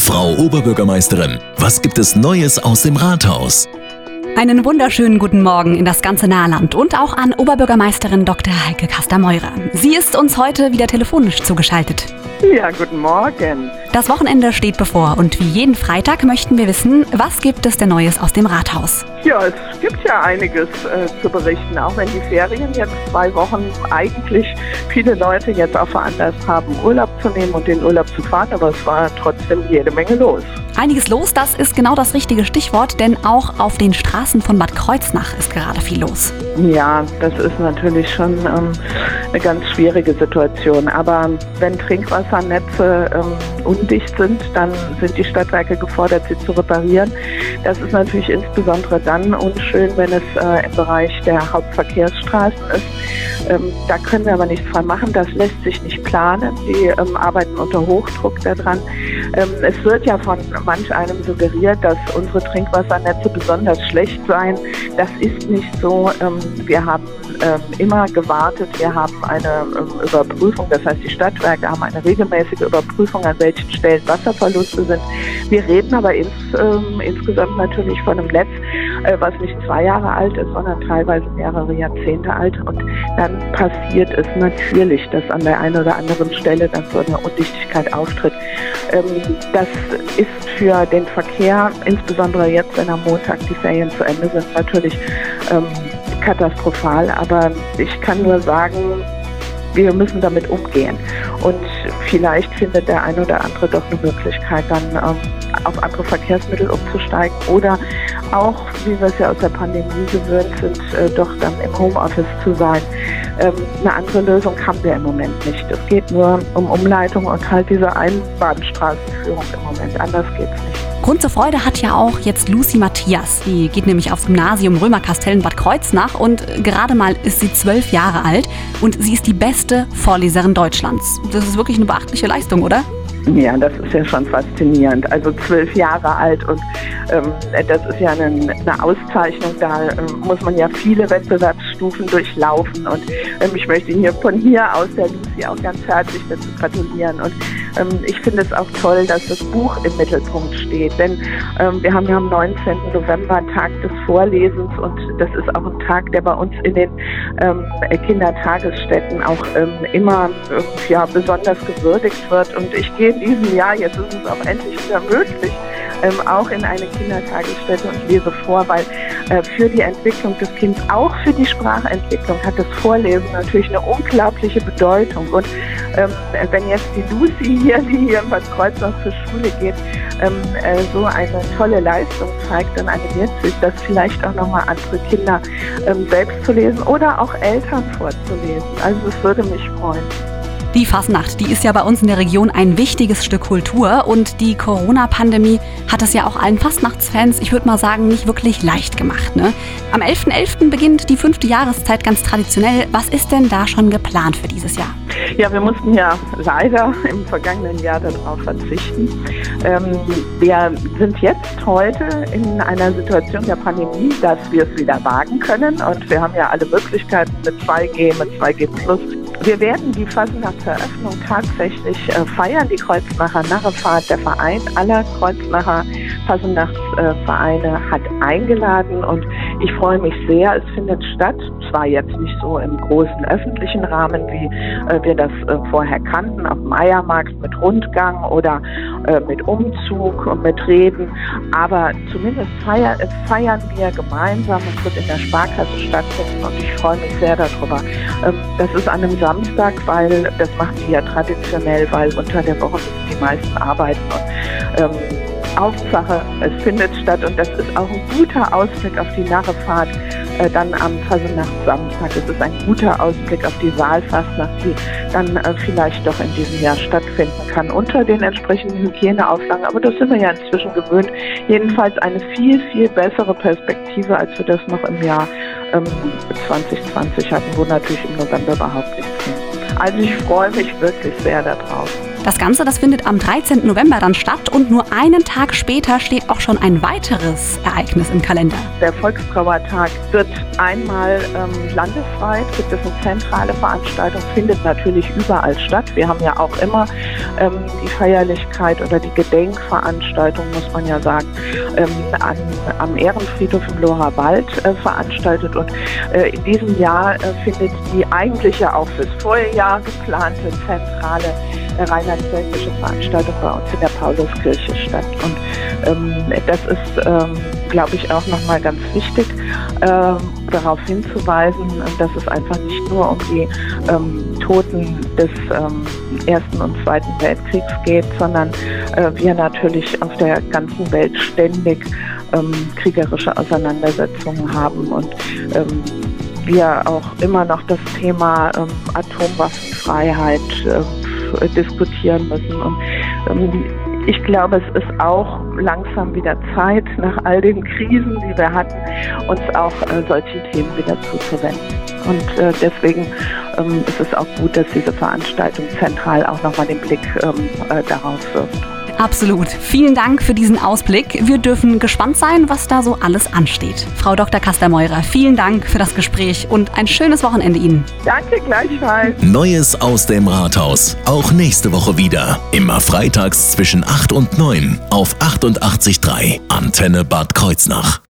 Frau Oberbürgermeisterin, was gibt es Neues aus dem Rathaus? Einen wunderschönen guten Morgen in das ganze Nahland und auch an Oberbürgermeisterin Dr. Heike Kaster-Meurer. Sie ist uns heute wieder telefonisch zugeschaltet. Ja, guten Morgen. Das Wochenende steht bevor und wie jeden Freitag möchten wir wissen, was gibt es denn Neues aus dem Rathaus? Ja, es gibt ja einiges zu berichten, auch wenn die Ferien jetzt 2 Wochen eigentlich viele Leute jetzt auch veranlasst haben, Urlaub zu nehmen und den Urlaub zu fahren, aber es war trotzdem jede Menge los. Einiges los, das ist genau das richtige Stichwort, denn auch auf den Straßen von Bad Kreuznach ist gerade viel los. Ja, das ist natürlich schon eine ganz schwierige Situation. Aber wenn Trinkwassernetze undicht sind, dann sind die Stadtwerke gefordert, sie zu reparieren. Das ist natürlich insbesondere dann unschön, wenn es im Bereich der Hauptverkehrsstraßen ist. Da können wir aber nichts dran machen. Das lässt sich nicht planen. Die arbeiten unter Hochdruck daran. Es wird ja von manch einem suggeriert, dass unsere Trinkwassernetze besonders schlecht seien. Das ist nicht so. Wir haben immer gewartet. Wir haben eine Überprüfung. Das heißt, die Stadtwerke haben eine regelmäßige Überprüfung, an welchen Stellen Wasserverluste sind. Wir reden aber insgesamt natürlich von einem Netz, was nicht 2 Jahre alt ist, sondern teilweise mehrere Jahrzehnte alt. Und dann passiert es natürlich, dass an der einen oder anderen Stelle dann so eine Undichtigkeit auftritt. Das ist für den Verkehr, insbesondere jetzt, wenn am Montag die Ferien zu Ende sind, natürlich katastrophal. Aber ich kann nur sagen, wir müssen damit umgehen. Und vielleicht findet der ein oder andere doch eine Möglichkeit, dann auf andere Verkehrsmittel umzusteigen oder auch, wie wir es ja aus der Pandemie gewöhnt sind, doch dann im Homeoffice zu sein. Eine andere Lösung haben wir im Moment nicht. Es geht nur um Umleitung und halt diese Einbahnstraßenführung im Moment. Anders geht's nicht. Grund zur Freude hat ja auch jetzt Lucy Matthias. Die geht nämlich aufs Gymnasium Römerkastell in Bad Kreuznach und gerade mal ist sie 12 Jahre alt und sie ist die beste Vorleserin Deutschlands. Das ist wirklich eine beachtliche Leistung, oder? Ja, das ist ja schon faszinierend. Also 12 Jahre alt und das ist ja eine Auszeichnung. Da muss man ja viele Wettbewerbsstufen durchlaufen und ich möchte von hier aus der Lucy auch ganz herzlich dazu gratulieren. Und ich finde es auch toll, dass das Buch im Mittelpunkt steht, denn wir haben ja am 19. November Tag des Vorlesens und das ist auch ein Tag, der bei uns in den Kindertagesstätten auch immer besonders gewürdigt wird. Und ich gehe in diesem Jahr, jetzt ist es auch endlich wieder möglich, auch in eine Kindertagesstätte und lese vor, weil für die Entwicklung des Kindes, auch für die Sprachentwicklung, hat das Vorlesen natürlich eine unglaubliche Bedeutung. Und wenn jetzt die Lucy die hier in Bad Kreuznach zur Schule geht, so eine tolle Leistung zeigt, dann animiert sich das vielleicht auch nochmal andere Kinder selbst zu lesen oder auch Eltern vorzulesen. Also es würde mich freuen. Die Fasnacht, die ist ja bei uns in der Region ein wichtiges Stück Kultur und die Corona-Pandemie hat es ja auch allen Fastnachtsfans, ich würde mal sagen, nicht wirklich leicht gemacht, ne? Am 11.11. beginnt die 5. Jahreszeit ganz traditionell. Was ist denn da schon geplant für dieses Jahr? Ja, wir mussten ja leider im vergangenen Jahr darauf verzichten. Wir sind jetzt heute in einer Situation der Pandemie, dass wir es wieder wagen können und wir haben ja alle Möglichkeiten mit 2G, mit 2G+. Wir werden die Fasnachtseröffnung tatsächlich feiern, die Kreuznacher Narrefahrt. Der Verein aller Kreuznacher Fasnachtsvereine hat eingeladen und ich freue mich sehr. Es findet statt, zwar jetzt nicht so im großen öffentlichen Rahmen, wie wir das vorher kannten, auf dem Eiermarkt mit Rundgang oder mit Umzug und mit Reden, aber zumindest feiern wir gemeinsam und wird in der Sparkasse stattfinden und ich freue mich sehr darüber. Das ist an einem Samstag, weil das machen die ja traditionell, weil unter der Woche müssen die meisten arbeiten und Hauptsache, es findet statt und das ist auch ein guter Ausblick auf die Narrefahrt dann am Fasnachtssamstag. Es ist ein guter Ausblick auf die Saalfastnacht, die dann vielleicht doch in diesem Jahr stattfinden kann unter den entsprechenden Hygieneauflagen. Aber das sind wir ja inzwischen gewöhnt. Jedenfalls eine viel, viel bessere Perspektive, als wir das noch im Jahr 2020 hatten, wo natürlich im November überhaupt nichts ging. Also ich freue mich wirklich sehr darauf. Das Ganze, das findet am 13. November dann statt und nur einen Tag später steht auch schon ein weiteres Ereignis im Kalender. Der Volkstrauertag wird einmal landesweit, gibt es eine zentrale Veranstaltung, findet natürlich überall statt. Wir haben ja auch immer die Feierlichkeit oder die Gedenkveranstaltung, muss man ja sagen, am Ehrenfriedhof im Loher Wald veranstaltet. Und in diesem Jahr findet die eigentlich ja auch fürs Vorjahr geplante zentrale rheinland-pfälzische Veranstaltung bei uns in der Pauluskirche statt. Und das ist, glaube ich, auch nochmal ganz wichtig, darauf hinzuweisen, dass es einfach nicht nur um die Toten des Ersten und Zweiten Weltkriegs geht, sondern wir natürlich auf der ganzen Welt ständig kriegerische Auseinandersetzungen haben und wir auch immer noch das Thema Atomwaffenfreiheit diskutieren müssen. Und ich glaube, es ist auch langsam wieder Zeit, nach all den Krisen, die wir hatten, uns auch solchen Themen wieder zuzuwenden. Und deswegen ist es auch gut, dass diese Veranstaltung zentral auch nochmal den Blick darauf wirft. Absolut. Vielen Dank für diesen Ausblick. Wir dürfen gespannt sein, was da so alles ansteht. Frau Dr. Kaster-Meurer, vielen Dank für das Gespräch und ein schönes Wochenende Ihnen. Danke, gleichfalls. Neues aus dem Rathaus. Auch nächste Woche wieder. Immer freitags zwischen 8 und 9 auf 88.3 Antenne Bad Kreuznach.